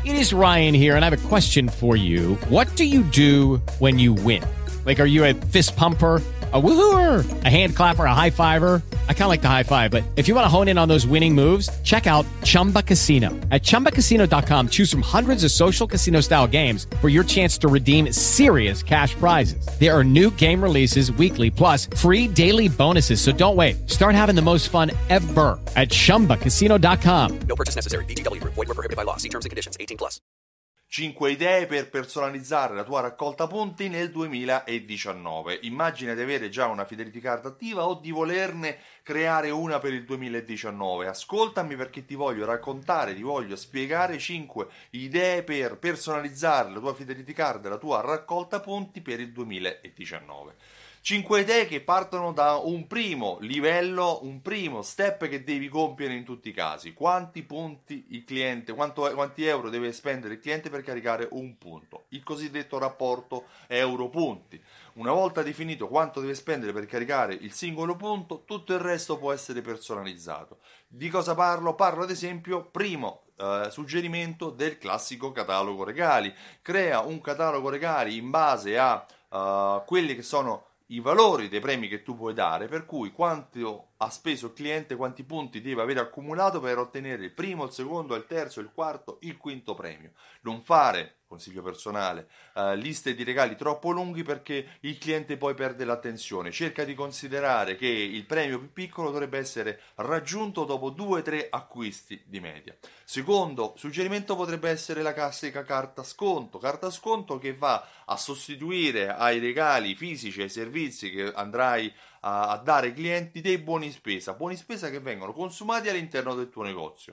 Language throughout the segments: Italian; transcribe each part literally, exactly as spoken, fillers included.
It is Ryan here, and I have a question for you. What do you do when you win? Like, are you a fist pumper, a woohooer, a hand clapper, a high fiver? I kind of like the high five, but if you want to hone in on those winning moves, check out Chumba Casino. At chumba casino dot com, choose from hundreds of social casino style games for your chance to redeem serious cash prizes. There are new game releases weekly, plus free daily bonuses. So don't wait. Start having the most fun ever at chumba casino dot com. No purchase necessary. V G W Group. Void where prohibited by law. See terms and conditions. eighteen plus. cinque idee per personalizzare la tua raccolta punti nel duemiladiciannove. Immagina di avere già una Fidelity Card attiva o di volerne creare una per il duemiladiciannove. Ascoltami, perché ti voglio raccontare, ti voglio spiegare cinque idee per personalizzare la tua Fidelity Card, la tua raccolta punti per il duemiladiciannove. cinque idee che partono da un primo livello, un primo step che devi compiere in tutti i casi. Quanti punti il cliente, quanto, quanti euro deve spendere il cliente per caricare un punto? Il cosiddetto rapporto euro-punti. Una volta definito quanto deve spendere per caricare il singolo punto, tutto il resto può essere personalizzato. Di cosa parlo? Parlo ad esempio, primo eh, suggerimento, del classico catalogo regali. Crea un catalogo regali in base a uh, quelli che sono i valori dei premi che tu puoi dare, per cui quanto ha speso il cliente, quanti punti deve aver accumulato per ottenere il primo, il secondo, il terzo, il quarto, il quinto premio. Non fare, consiglio personale, uh, liste di regali troppo lunghi, perché il cliente poi perde l'attenzione. Cerca di considerare che il premio più piccolo dovrebbe essere raggiunto dopo due tre acquisti di media. Secondo suggerimento potrebbe essere la classica carta sconto, carta sconto che va a sostituire ai regali fisici, ai servizi che andrai a, a dare ai clienti, dei buoni spesa, buoni spesa che vengono consumati all'interno del tuo negozio.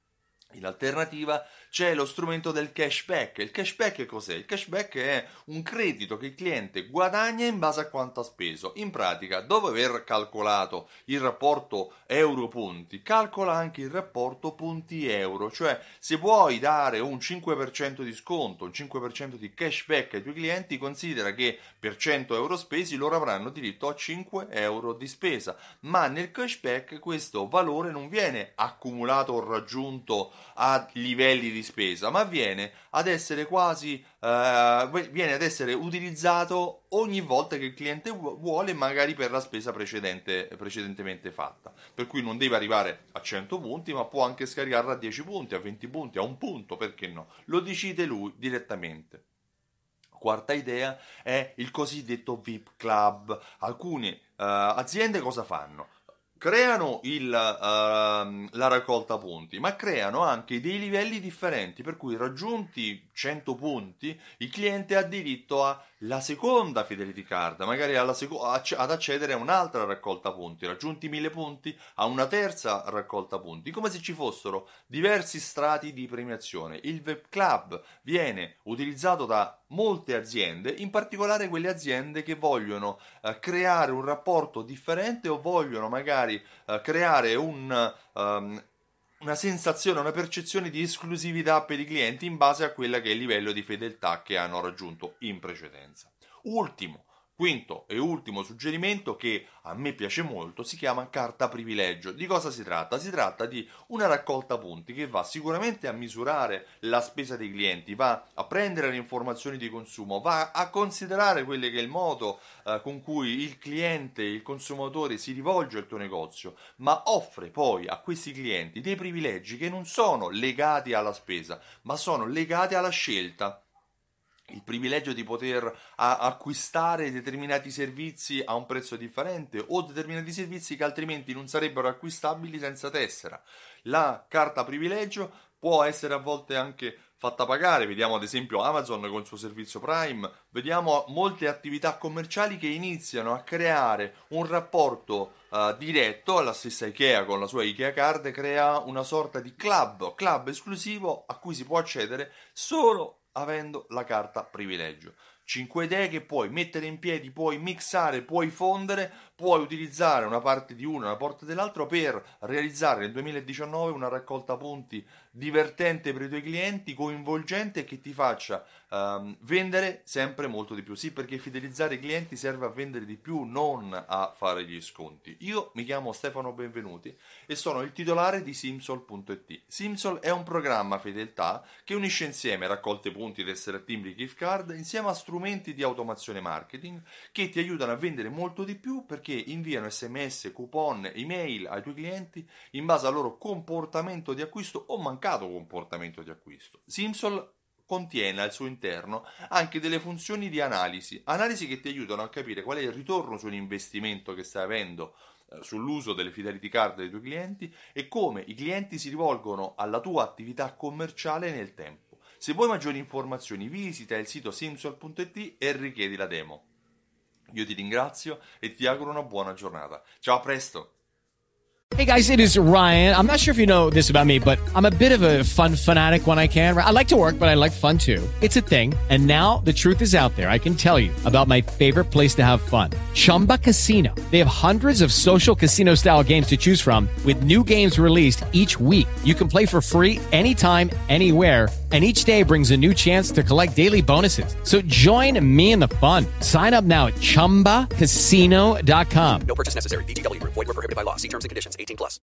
In alternativa c'è lo strumento del cashback. Il cashback cos'è? Il cashback è un credito che il cliente guadagna in base a quanto ha speso. In pratica, dopo aver calcolato il rapporto euro-punti, calcola anche il rapporto punti-euro. Cioè, se vuoi dare un cinque per cento di sconto, un cinque per cento di cashback ai tuoi clienti, considera che per cento euro spesi loro avranno diritto a cinque euro di spesa. Ma nel cashback questo valore non viene accumulato o raggiunto a livelli di spesa, ma viene ad essere quasi uh, viene ad essere utilizzato ogni volta che il cliente vuole, magari per la spesa precedente, precedentemente fatta, per cui non deve arrivare a cento punti, ma può anche scaricarla a dieci punti, a venti punti, a un punto, perché no? Lo decide lui direttamente. Quarta idea è il cosiddetto V I P Club. Alcune uh, aziende cosa fanno? Creano il, uh, la raccolta punti, ma creano anche dei livelli differenti, per cui raggiunti cento punti il cliente ha diritto alla seconda Fidelity Card, magari alla seco- ad accedere a un'altra raccolta punti, raggiunti mille punti a una terza raccolta punti, come se ci fossero diversi strati di premiazione. Il V I P Club viene utilizzato da molte aziende, in particolare quelle aziende che vogliono uh, creare un rapporto differente o vogliono magari uh, creare un, um, una sensazione, una percezione di esclusività per i clienti in base a quella che è il livello di fedeltà che hanno raggiunto in precedenza. Ultimo, quinto e ultimo suggerimento, che a me piace molto, si chiama carta privilegio. Di cosa si tratta? Si tratta di una raccolta punti che va sicuramente a misurare la spesa dei clienti, va a prendere le informazioni di consumo, va a considerare quello che è il modo eh, con cui il cliente, il consumatore si rivolge al tuo negozio, ma offre poi a questi clienti dei privilegi che non sono legati alla spesa, ma sono legati alla scelta. Il privilegio di poter a- acquistare determinati servizi a un prezzo differente o determinati servizi che altrimenti non sarebbero acquistabili senza tessera. La carta privilegio può essere a volte anche fatta pagare, vediamo ad esempio Amazon con il suo servizio Prime, vediamo molte attività commerciali che iniziano a creare un rapporto uh, diretto. La stessa IKEA con la sua IKEA Card crea una sorta di club, club esclusivo a cui si può accedere solo avendo la carta privilegio. cinque idee che puoi mettere in piedi, puoi mixare, puoi fondere, puoi utilizzare una parte di una, una parte dell'altro per realizzare nel duemiladiciannove una raccolta punti divertente per i tuoi clienti, coinvolgente e che ti faccia um, vendere sempre molto di più. Sì, perché fidelizzare i clienti serve a vendere di più, non a fare gli sconti. Io mi chiamo Stefano Benvenuti e sono il titolare di Simsol punto it. Simsol è un programma fedeltà che unisce insieme raccolte punti, tessere timbri, gift card insieme a strumenti di automazione marketing che ti aiutano a vendere molto di più, perché inviano sms, coupon, email ai tuoi clienti in base al loro comportamento di acquisto o mancato comportamento di acquisto. Simsol contiene al suo interno anche delle funzioni di analisi, analisi che ti aiutano a capire qual è il ritorno sull'investimento che stai avendo eh, sull'uso delle fidelity card dei tuoi clienti e come i clienti si rivolgono alla tua attività commerciale nel tempo. Se vuoi maggiori informazioni visita il sito simsol punto it e richiedi la demo. Io ti ringrazio e ti auguro una buona giornata. Ciao, a presto! Hey guys, it is Ryan. I'm not sure if you know this about me, but I'm a bit of a fun fanatic when I can. I like to work, but I like fun too. It's a thing. And now the truth is out there. I can tell you about my favorite place to have fun. Chumba Casino. They have hundreds of social casino style games to choose from with new games released each week. You can play for free anytime, anywhere. And each day brings a new chance to collect daily bonuses. So join me in the fun. Sign up now at chumba casino dot com. No purchase necessary. V G W. Void where prohibited by law. See terms and conditions. eighteen plus.